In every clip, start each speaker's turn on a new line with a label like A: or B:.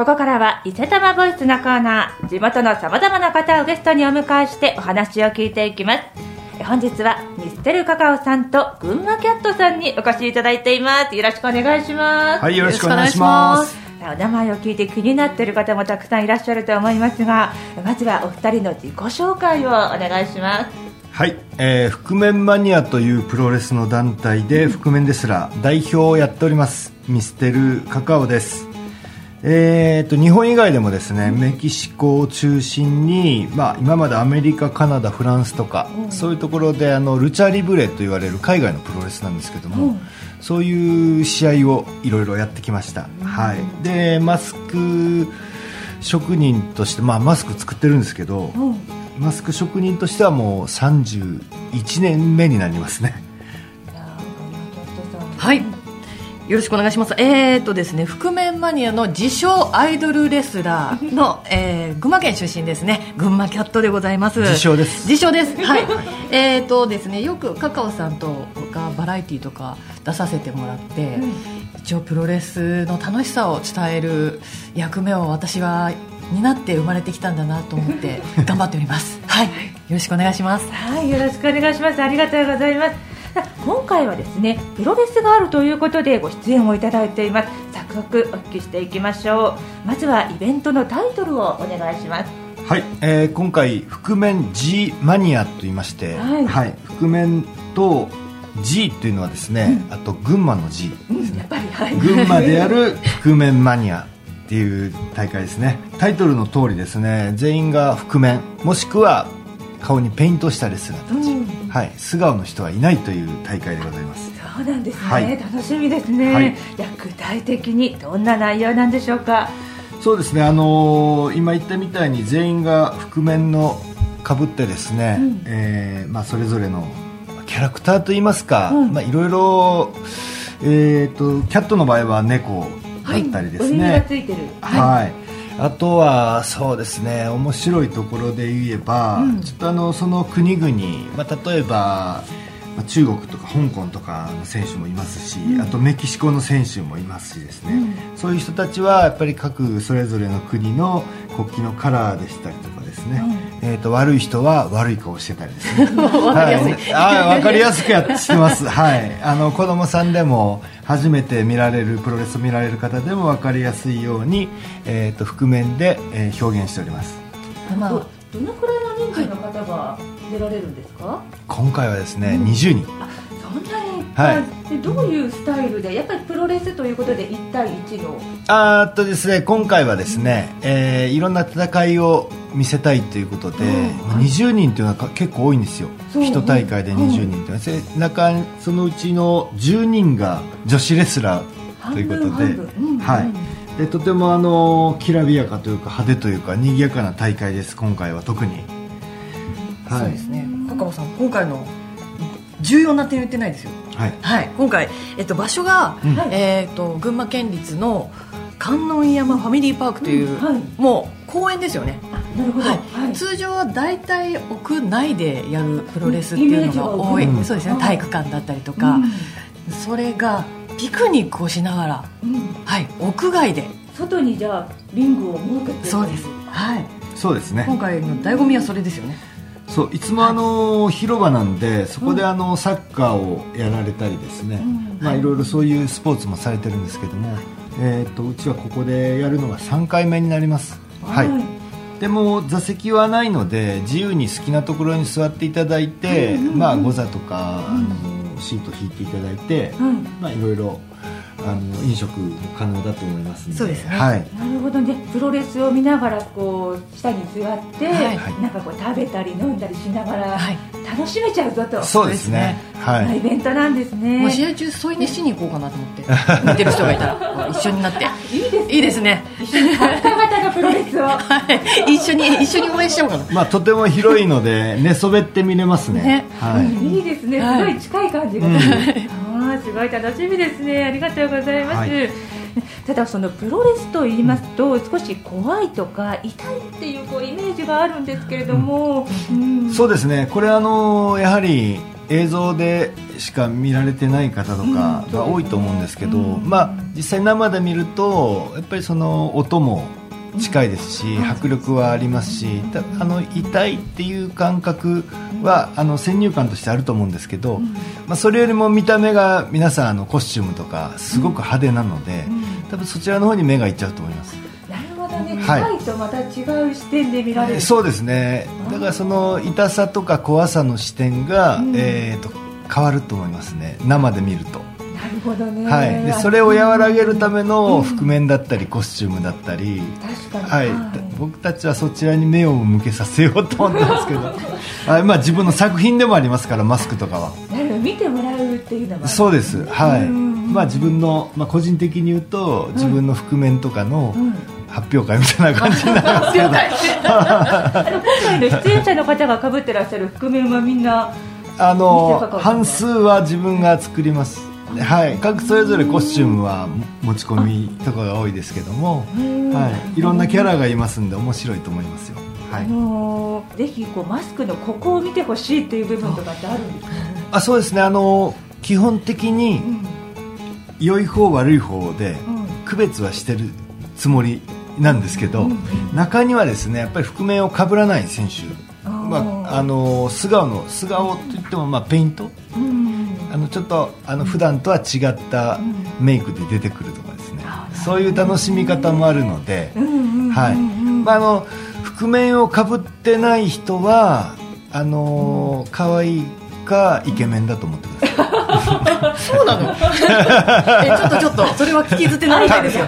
A: ここからは伊勢玉ボイスのコーナー、地元のさまざまな方をゲストにお迎えしてお話を聞いていきます。本日はミステルカカオさんと群馬キャットさんにお越しいただいています。よろしくお願いします。
B: はい、よろしくお願いします。
A: お名前を聞いて気になっている方もたくさんいらっしゃると思いますが、まずはお二人の自己紹介をお願いします。
B: はい、覆面マニアというプロレスの団体で覆面レスラー代表をやっておりますミステルカカオです。日本以外でもですね、メキシコを中心に、今までアメリカ、カナダ、フランスとか、そういうところでルチャリブレと言われる海外のプロレスなんですけども、そういう試合をいろいろやってきました。はい、でマスク職人として、マスク作ってるんですけど、マスク職人としてはもう31年目になりますね。
C: はい、よろしくお願いします。ですね、覆面マニアの自称アイドルレスラーの、群馬県出身ですね、群馬キャットでございます。
B: 自称です。
C: 自称です。はい。ですね、よくカカオさんとかバラエティとか出させてもらって、一応プロレスの楽しさを伝える役目を私は担って生まれてきたんだなと思って頑張っております。はい。よろしくお願いします。
A: はい、よろしくお願いします。ありがとうございます。今回はですね、プロレスがあるということでご出演をいただいています。早速お聞きしていきましょう。まずはイベントのタイトルをお願いします。
B: はい、今回覆面 G マニアと言いまして、はい、覆面と G というのはですね、あと群馬の G ですね、群馬である覆面マニアっていう大会ですね。タイトルの通りですね、全員が覆面もしくは顔にペイントしたレスラーたち、はい、素顔の人はいないという大会でございます。
A: そうなんですね、はい、楽しみですね。じゃあ具体的にどんな内容なんでしょうか。
B: そうですね、今言ったみたいに全員が覆面のかぶってですね、それぞれのキャラクターといいますか、いろいろ、キャットの場合は猫だったりですね、
A: お耳がついてる、
B: あとはそうですね、面白いところで言えば、ちょっとその国々、例えば中国とか香港とかの選手もいますし、あとメキシコの選手もいますしですね、そういう人たちはやっぱり各それぞれの国の国旗のカラーでしたりとかですね、悪い人は悪い顔してたりですね分かりやすい、分かりやすくやってます。はい、子供さんでも初めて見られるプロレスを見られる方でも分かりやすいように、覆面で、表現しております。
A: どのくらいの人数の方が出られるんですか。
B: 今回はですね、20人。
A: そんなに、でどういうスタイルで、やっぱりプロレスということで1対1の
B: ですね、今回はですね、いろんな戦いを見せたいということで、20人というのは結構多いんですよ。1大会で20人というのは、そのうちの10人が女子レスラーということで、でとてもきらびやかというか派手というか賑やかな大会です。今回は特に、
C: そうですね、カカオさん、今回の重要な点言ってないですよ。今回、場所が、群馬県立の観音山ファミリーパークという、もう公園ですよね。
A: なるほど、
C: 通常はだいたい屋内でやるプロレスっていうのが多い、そうですね、体育館だったりとか、それがピクニックをしながら、屋外で
A: 外にじゃあリングを設けて、
C: そうです、
B: そうですね、
C: 今回の醍醐味はそれですよね。
B: そう、いつも広場なんで、そこでサッカーをやられたりですね、いろいろそういうスポーツもされてるんですけども、うちはここでやるのが3回目になります。でも座席はないので自由に好きなところに座っていただいて、ゴザとかシート引いていただいて、いろいろ飲食も可能だと思いますので。
C: そうですね、
A: なるほどね。プロレスを見ながらこう下に座って、なんかこう食べたり飲んだりしながら楽しめちゃうぞと。
B: そうですね、
A: イベントなんですね。
C: もう試合中添い寝しに行こうかなと思って見てる人がいたら一緒になっていいですね。
A: 一緒に参加型のプロレスを
C: 一緒に応援しちゃおうかな。
B: とても広いので寝そべって見れますね。
A: いいですね、すごい近い感じがすごい楽しみですね。ありがとうございます。ただそのプロレスと言いますと、少し怖いとか痛いっていうイメージがあるんですけれども、
B: そうですね、これやはり映像でしか見られてない方とかが多いと思うんですけど、実際生で見るとやっぱりその音も近いですし、迫力はありますし、痛いっていう感覚は先入観としてあると思うんですけど、それよりも見た目が皆さんコスチュームとかすごく派手なので、多分そちらの方に目がいっちゃうと思います。
A: なるほどね、近いとまた違う視点で見られる、
B: そうですね。だからその痛さとか怖さの視点が、変わると思いますね、生で見ると。
A: なるほどね、
B: はい、でそれを和らげるための覆面だったりコスチュームだったり、
A: 確かに、
B: 僕たちはそちらに目を向けさせようと思ってますけど自分の作品でもありますから、マスクとかは
A: 見てもらうっていうのも
B: そうです、はい。自分の、個人的に言うと自分の覆面とかの発表会みたいな感じになりますけど今
A: 回の出演者の方が被ってらっしゃる覆面はみんな
B: 半数は自分が作ります。はい、各それぞれコスチュームは持ち込みとかが多いですけども、いろんなキャラがいますんで面白いと思いますよ。
A: ぜひマスクのここを見てほしいっていう部分とかってあるんですか？
B: そうですね、基本的に良い方悪い方で区別はしてるつもりなんですけど、中にはですねやっぱり覆面を被らない選手、素顔といってもペイント、ちょっと普段とは違ったメイクで出てくるとかですね、そういう楽しみ方もあるので、覆面をかぶってない人は可愛いかイケメンだと思ってください
C: そうなのちょっとそれは聞き捨てならないですよ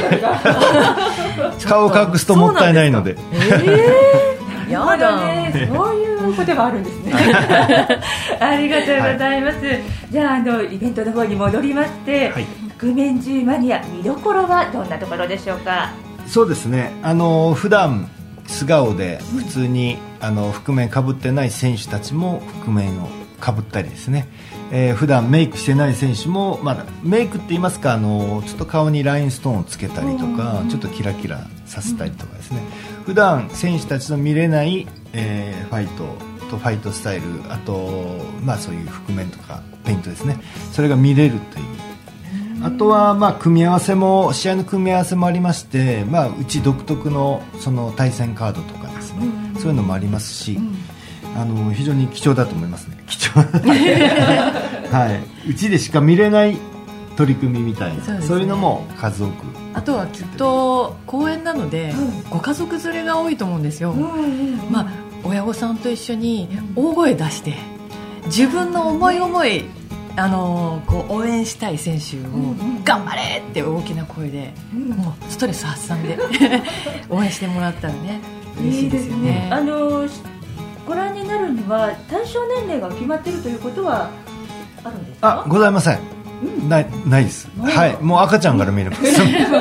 B: 顔を隠すともったいないので
A: やだね、そういうことがあるんですねありがとうございます、じゃあイベントの方に戻りまして、覆面 G マニア見どころはどんなところでしょうか？
B: そうですね、普段素顔で普通に覆面かぶってない選手たちも覆面をかぶったりですね、普段メイクしてない選手も、メイクって言いますかちょっと顔にラインストーンをつけたりとか、ちょっとキラキラさせたりとかですね、普段選手たちの見れない、ファイトスタイル、あと、そういう覆面とかペイントですね、それが見れるという、あとは組み合わせも試合の組み合わせもありまして、うち独特のその対戦カードとかですね、そういうのもありますし、非常に貴重だと思いますね。貴重うちでしか見れない取り組みみたいな、そういうのも数多く。
C: あとはきっと公演なので、ご家族連れが多いと思うんですよ、親御さんと一緒に大声出して自分の思い応援したい選手を頑張れって大きな声で、もうストレス発散で応援してもらったらね嬉しいですよね。
A: ご覧になるには対象年齢が決まっているということはあるんですか？
B: ございません、ないです、もう赤ちゃんから見れます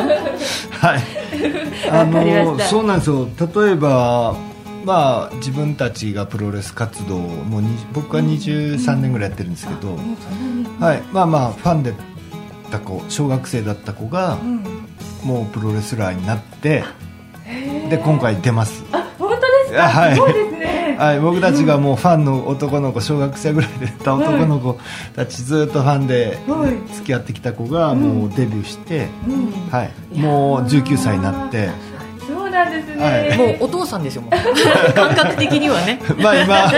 B: そうなんですよ。例えば自分たちがプロレス活動を僕は23年ぐらいやってるんですけど、ファンでた子、小学生だった子が、もうプロレスラーになってで今回出ます。
A: 本当ですか？すごいですね。
B: 僕たちがもうファンの男の子、小学生ぐらいでいた男の子たち、ずっとファンで付き合ってきた子がもうデビューして、もう19歳になって、
A: そうなんですね、
C: もうお父さんですよもう感覚的にはね
B: 今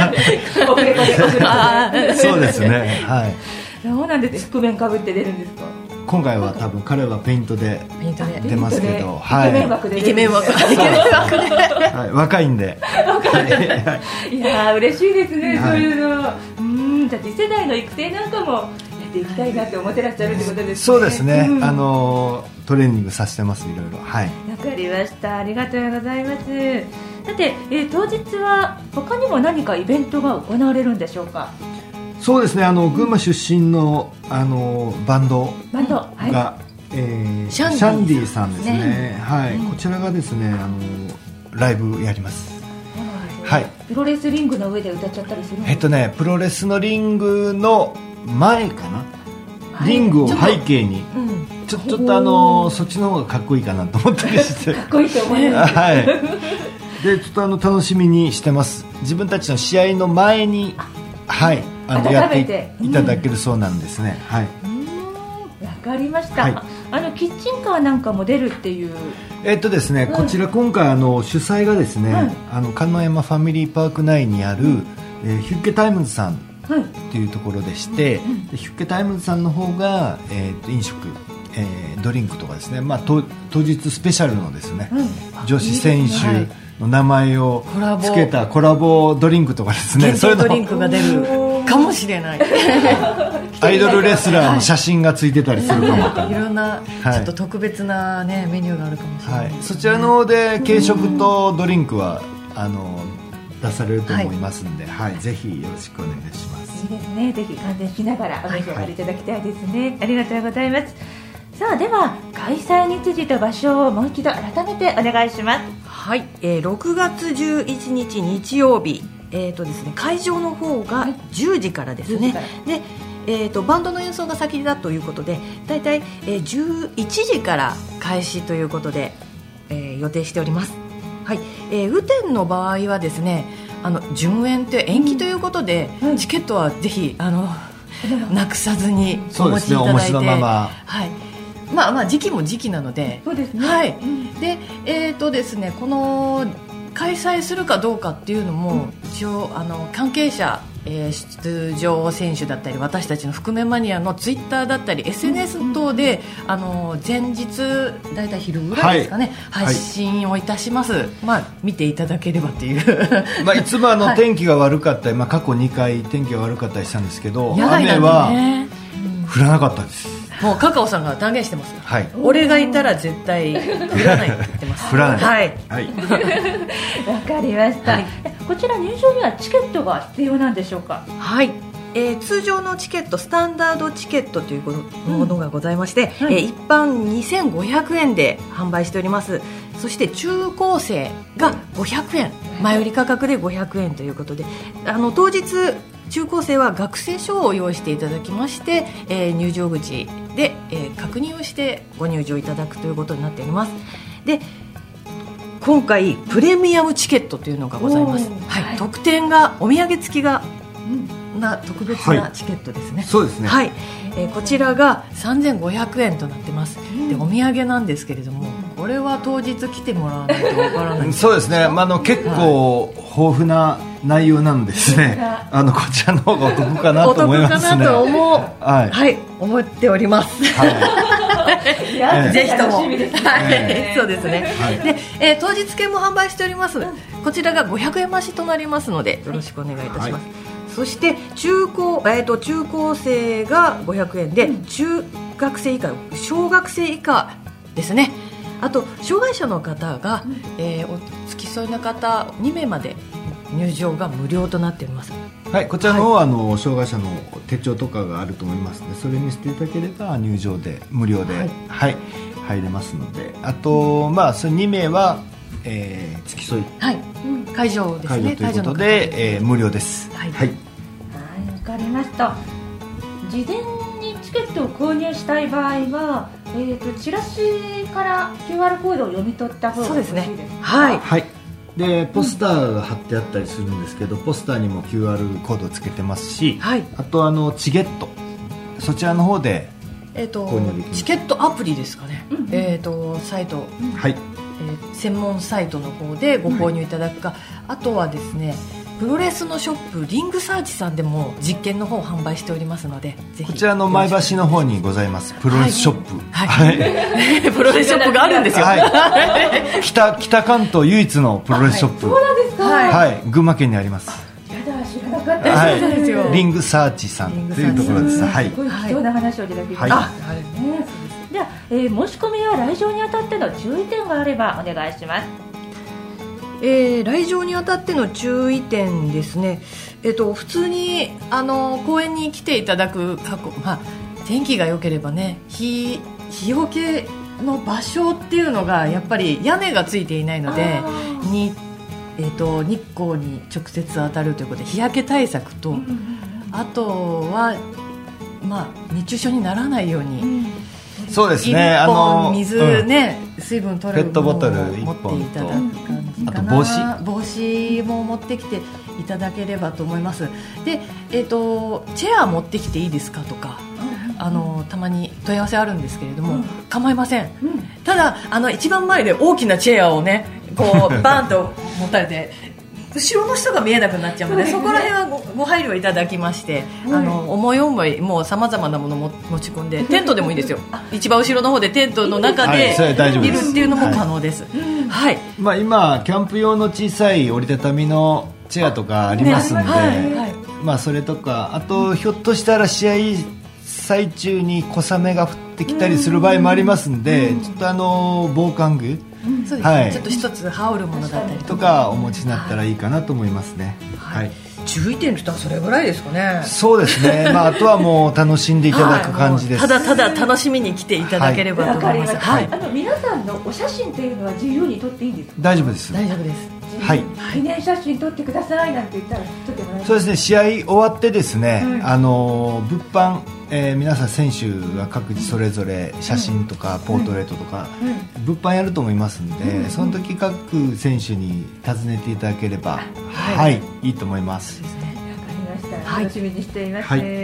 B: そうですね、
A: そうなんです。覆面かぶって出るんですか？
B: 今回は多分彼はペイントで出ますけど、
C: イケメン枠で
B: 若いんで
A: いや嬉しいですね、そういうの。じゃあ次世代の育成なんかもやっていきたいなって思ってらっしゃるってことですね。
B: そうですね、トレーニングさせてます、いろいろ。わか
A: りました、ありがとうございます。さて、当日は他にも何かイベントが行われるんでしょうか？
B: そうですね、群馬出身の、バンドが、シャンディさんですね、こちらがですねライブやります。
A: プロレスリングの上で歌っちゃったりするんですか？
B: プロレスのリングの前かな、リングを背景にちょっとそっちの方がかっこいいかなと思ったりして
A: かっこいいと思います
B: でちょっと楽しみにしてます。自分たちの試合の前にやっていただけるそうなんですね。はい。
A: わかりました。
B: はい、
A: キッチンカーなんかも出るっていう。
B: ですね、こちら今回主催がですね、観音山ファミリーパーク内にある、ヒュッケタイムズさんっていうところでして、ヒュッケタイムズさんの方が、飲食、ドリンクとかですね、当日スペシャルのですね、女子選手の名前をつけたコラボドリンクとかですね、
C: そういうドリンクが出るかもしれない
B: アイドルレスラーの写真がついてたりするかもわかんない、
C: いろんなちょっと特別な、ね、メニューがあるかもしれない、
B: そちらの方で軽食とドリンクは出されると思いますので、ぜひよろしくお願いします。
A: いいですね、ぜひ観戦しながらお召し上がりいただきたいですね。ありがとうございます。さあ、では開催日時と場所をもう一度改めてお願いします。
C: はい、6月11日日曜日、ですね、会場の方が10時からですね、でバンドの演奏が先だということで、だいたい11時から開始ということで、予定しております。はい、雨天の場合はですね、順延と延期ということで、チケットはぜひなくさずにお持ちいただいて、
B: お持ちのまま、
C: 時期も時期なので、
A: そうですね、
C: はい、でですね、この開催するかどうかっていうのも、一応関係者、出場選手だったり私たちの覆面マニアのツイッターだったり SNS 等で、前日だいたい昼ぐらいですかね、配信をいたします。見ていただければという
B: いつも天気が悪かったり、過去2回天気が悪かったりしたんですけど、
C: 雨
B: は降らなかったです。
C: もうカカオさんが断言してますから、俺がいたら絶対降らないって言ってます。
B: 降らない、
C: はい、
A: わかりました。こちら入場にはチケットが必要なんでしょうか。
C: はい、通常のチケット、スタンダードチケットというものがございまして、一般2500円で販売しております。そして中高生が500円、前売り価格で500円ということで、当日中高生は学生証を用意していただきまして、入場口で、確認をしてご入場いただくということになっております。で、今回プレミアムチケットというのがございます。特典がお土産付きが、特別なチケットですね。
B: そうですね、
C: こちらが3500円となってます。で、お土産なんですけれども、これは当日来てもらわないとわからない。
B: そうですね、結構豊富な内容なんですね。こちらの方がお得かなと思いますね。
C: お得かなと思っております。ぜひとも、そうですね。で、当日券も販売しております。こちらが500円増しとなりますので、よろしくお願いいたします。そして中高生が500円で、中学生以下、小学生以下ですね。あと障害者の方が、お付き添いの方2名まで入場が無料となっております。
B: こちらの方は障害者の手帳とかがあると思いますので、それにしていただければ入場で無料で、入れますので、あとそれ2名は、付き添い、
C: 会場ですね、
B: ということで、無料です。
A: わかりました。事前にチケットを購入したい場合は、チラシから QR コードを読み取った方がよろしいですか。
B: で、ポスターが貼ってあったりするんですけど、ポスターにも QR コードをつけてますし、あとチゲット、そちらの方で購入できます。
C: チケットアプリですかね、サイト、専門サイトの方でご購入いただくか、あとはですね、プロレスのショップリングサーチさんでも実験の方を販売しておりますので、ぜひ
B: こちらの前橋の方にございますプロレスショップ、
C: プロレスショップがあるんですよ、
B: 北関東唯一のプロレスショップ、
A: そうなんですか。
B: 群馬県にあります。
A: 知らなかったですよ。
B: リングサーチさんというところです。
A: すごい貴重な話をいただきました。では、申し込みや来場にあたっての注意点があればお願いします。
C: 来場にあたっての注意点ですね、普通に公園に来ていただく天気が良ければね、日よけの場所っていうのがやっぱり屋根がついていないので、日光に直接当たるということで日焼け対策と、あとは、熱中症にならないように、
B: そうですね、
C: 1本水ね、水分取る
B: ペットボトル1
C: 持っていただく感じかな。
B: あと
C: 帽子も持ってきていただければと思います。で、チェア持ってきていいですかとか、たまに問い合わせあるんですけれども、構いません、ただ一番前で大きなチェアをねこうバーンと持たれて後ろの人が見えなくなっちゃうので、そこら辺はご配慮いただきまして、思い思いもうさまざまなものを持ち込んで、テントでもいいですよ一番後ろの方でテントの中でいるっていうのも可能です。はい、
B: まあ、今キャンプ用の小さい折りたたみのチェアとかありますんで、まあ、それとかあとひょっとしたら試合最中に小雨が降ってきたりする場合もありますんで、ちょっと防寒具、
C: そうですね、ちょっと一つ羽織るものだったり
B: とかお持ちになったらいいかなと思いますね。
C: 注意点といったらそれぐらいですかね。
B: そうですね、まあ、あとはもう楽しんでいただく感じです。
C: ただただ楽しみに来ていただければと思います。
A: 皆さんのお写真というのは自由に撮っていいんですか？
B: 大丈夫です。
C: 大丈夫です。
B: はい、
A: 記念写真撮ってくださいなんて言ったら撮ってもらえますか？
B: そうですね、試合終わってですね、物販、皆さん選手が各自それぞれ写真とかポートレートとか、物販やると思いますので、その時各選手に訪ねていただければ、いいと思います。
A: わかりました。楽しみにしています。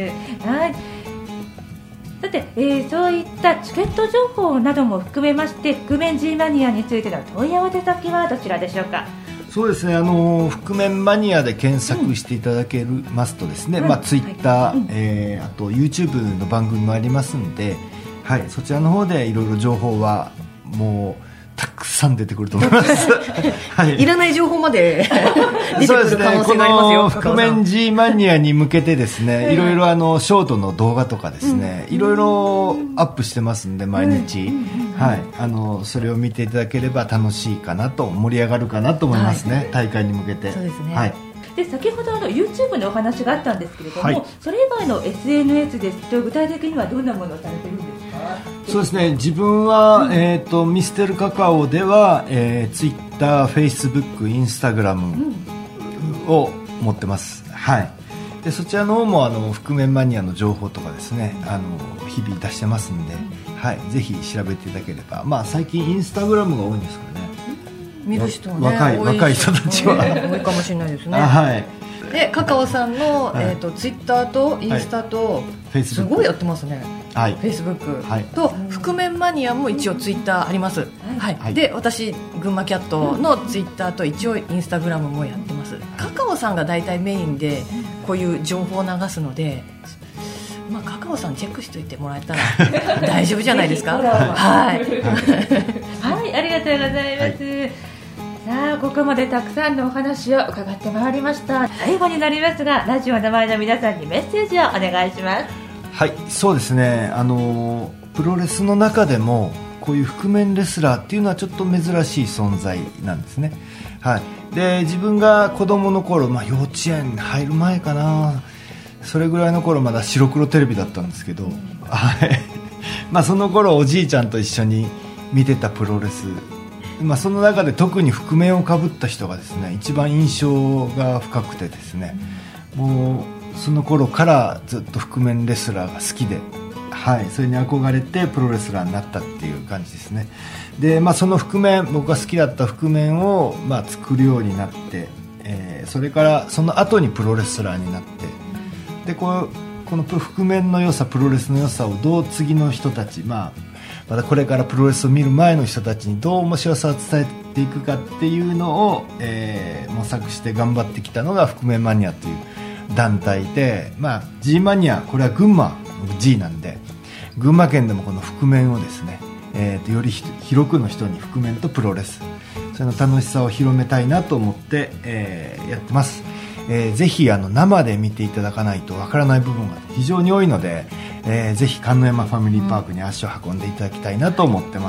A: さて、そういったチケット情報なども含めまして、覆面 G マニアについての問い合わせ先はどちらでしょうか？
B: そうですね、覆面マニアで検索していただけますとですね、ツイッター、あと YouTube の番組もありますので、そちらの方でいろいろ情報はもうたくさん出てくると思います。
C: いらない情報まで出てくる可能性がありますよ。
B: 覆面 G マニアに向けてですね、いろいろショートの動画とかですね、いろいろアップしてますんで毎日、それを見ていただければ楽しいかなと、盛り上がるかなと思いますね、大会に向けて。
C: そうですね。
A: で、先ほどYouTube のお話があったんですけれども、それ以外の SNS ですと具体的にはどんなものをされてるんですか？
B: そうですね、自分は、ミステルカカオでは、Twitter、Facebook、Instagram を持ってます。でそちらの方も覆面マニアの情報とかですね、日々出してますんで、ぜひ調べていただければ、最近 Instagram が多いんですからね、
C: 見る人はね、
B: 若い人たちは
C: 多いかもしれないですね。でカカオさんの、ツイッターとインスタと、すごいやってますね。フェイスブックと覆面マニアも一応ツイッターあります。で私群馬キャットのツイッターと一応インスタグラムもやってます。カカオさんが大体メインでこういう情報を流すので、カカオさんチェックしておいてもらえたら大丈夫じゃないですか。はい、
A: ありがとうございます。さあ、ここまでたくさんのお話を伺ってまいりました。最後になりますが、ラジオの前の皆さんにメッセージをお願いします。
B: そうですね、プロレスの中でもこういう覆面レスラーっていうのはちょっと珍しい存在なんですね。で自分が子供の頃、幼稚園入る前かな、それぐらいの頃まだ白黒テレビだったんですけど、その頃おじいちゃんと一緒に見てたプロレス、その中で特に覆面をかぶった人がですね、一番印象が深くてですね、もうその頃からずっと覆面レスラーが好きで、それに憧れてプロレスラーになったっていう感じですね。で、その覆面、僕が好きだった覆面を、作るようになって、それからその後にプロレスラーになって、でこの覆面の良さ、プロレスの良さをどう次の人たち、まだこれからプロレスを見る前の人たちにどう面白さを伝えていくかっていうのを、模索して頑張ってきたのが覆面マニアという団体で、G マニア、これは群馬の G なんで、群馬県でもこの覆面をですね、より広くの人に覆面とプロレス、それの楽しさを広めたいなと思って、やってます。ぜひ生で見ていただかないとわからない部分が非常に多いので、ぜひ観音山ファミリーパークに足を運んでいただきたいなと思ってます。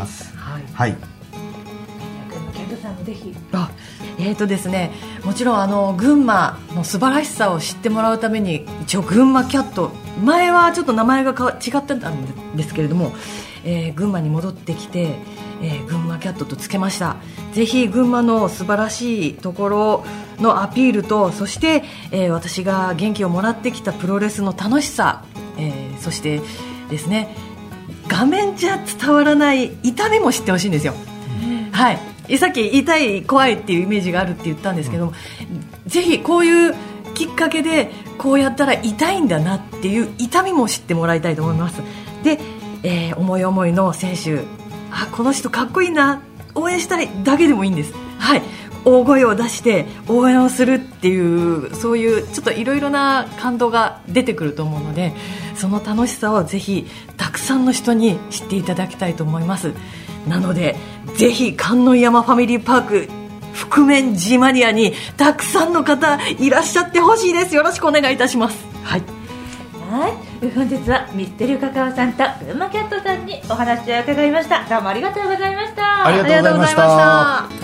A: ぜひ。
C: ですね、もちろん群馬の素晴らしさを知ってもらうために、一応群馬キャット、前はちょっと名前が違ってたんですけれども、群馬に戻ってきて、群馬キャットとつけました。ぜひ群馬の素晴らしいところのアピールと、そして、私が元気をもらってきたプロレスの楽しさ、そしてですね、 画面じゃ伝わらない痛みも知ってほしいんですよ。はい、さっき痛い怖いっていうイメージがあるって言ったんですけども、ぜひこういうきっかけでこうやったら痛いんだなっていう痛みも知ってもらいたいと思います。で、思い思いの選手、この人かっこいいな、応援したいだけでもいいんです。はい、大声を出して応援をするっていう、そういうちょっといろいろな感動が出てくると思うので、その楽しさをぜひたくさんの人に知っていただきたいと思います。なのでぜひ観音山ファミリーパーク覆面 G マニアにたくさんの方いらっしゃってほしいです。よろしくお願いいたします。はい、
A: 本日はミステルカカオさんと群馬キャットさんにお話を伺いました。どうもありがとうございました。
B: ありがとうございました。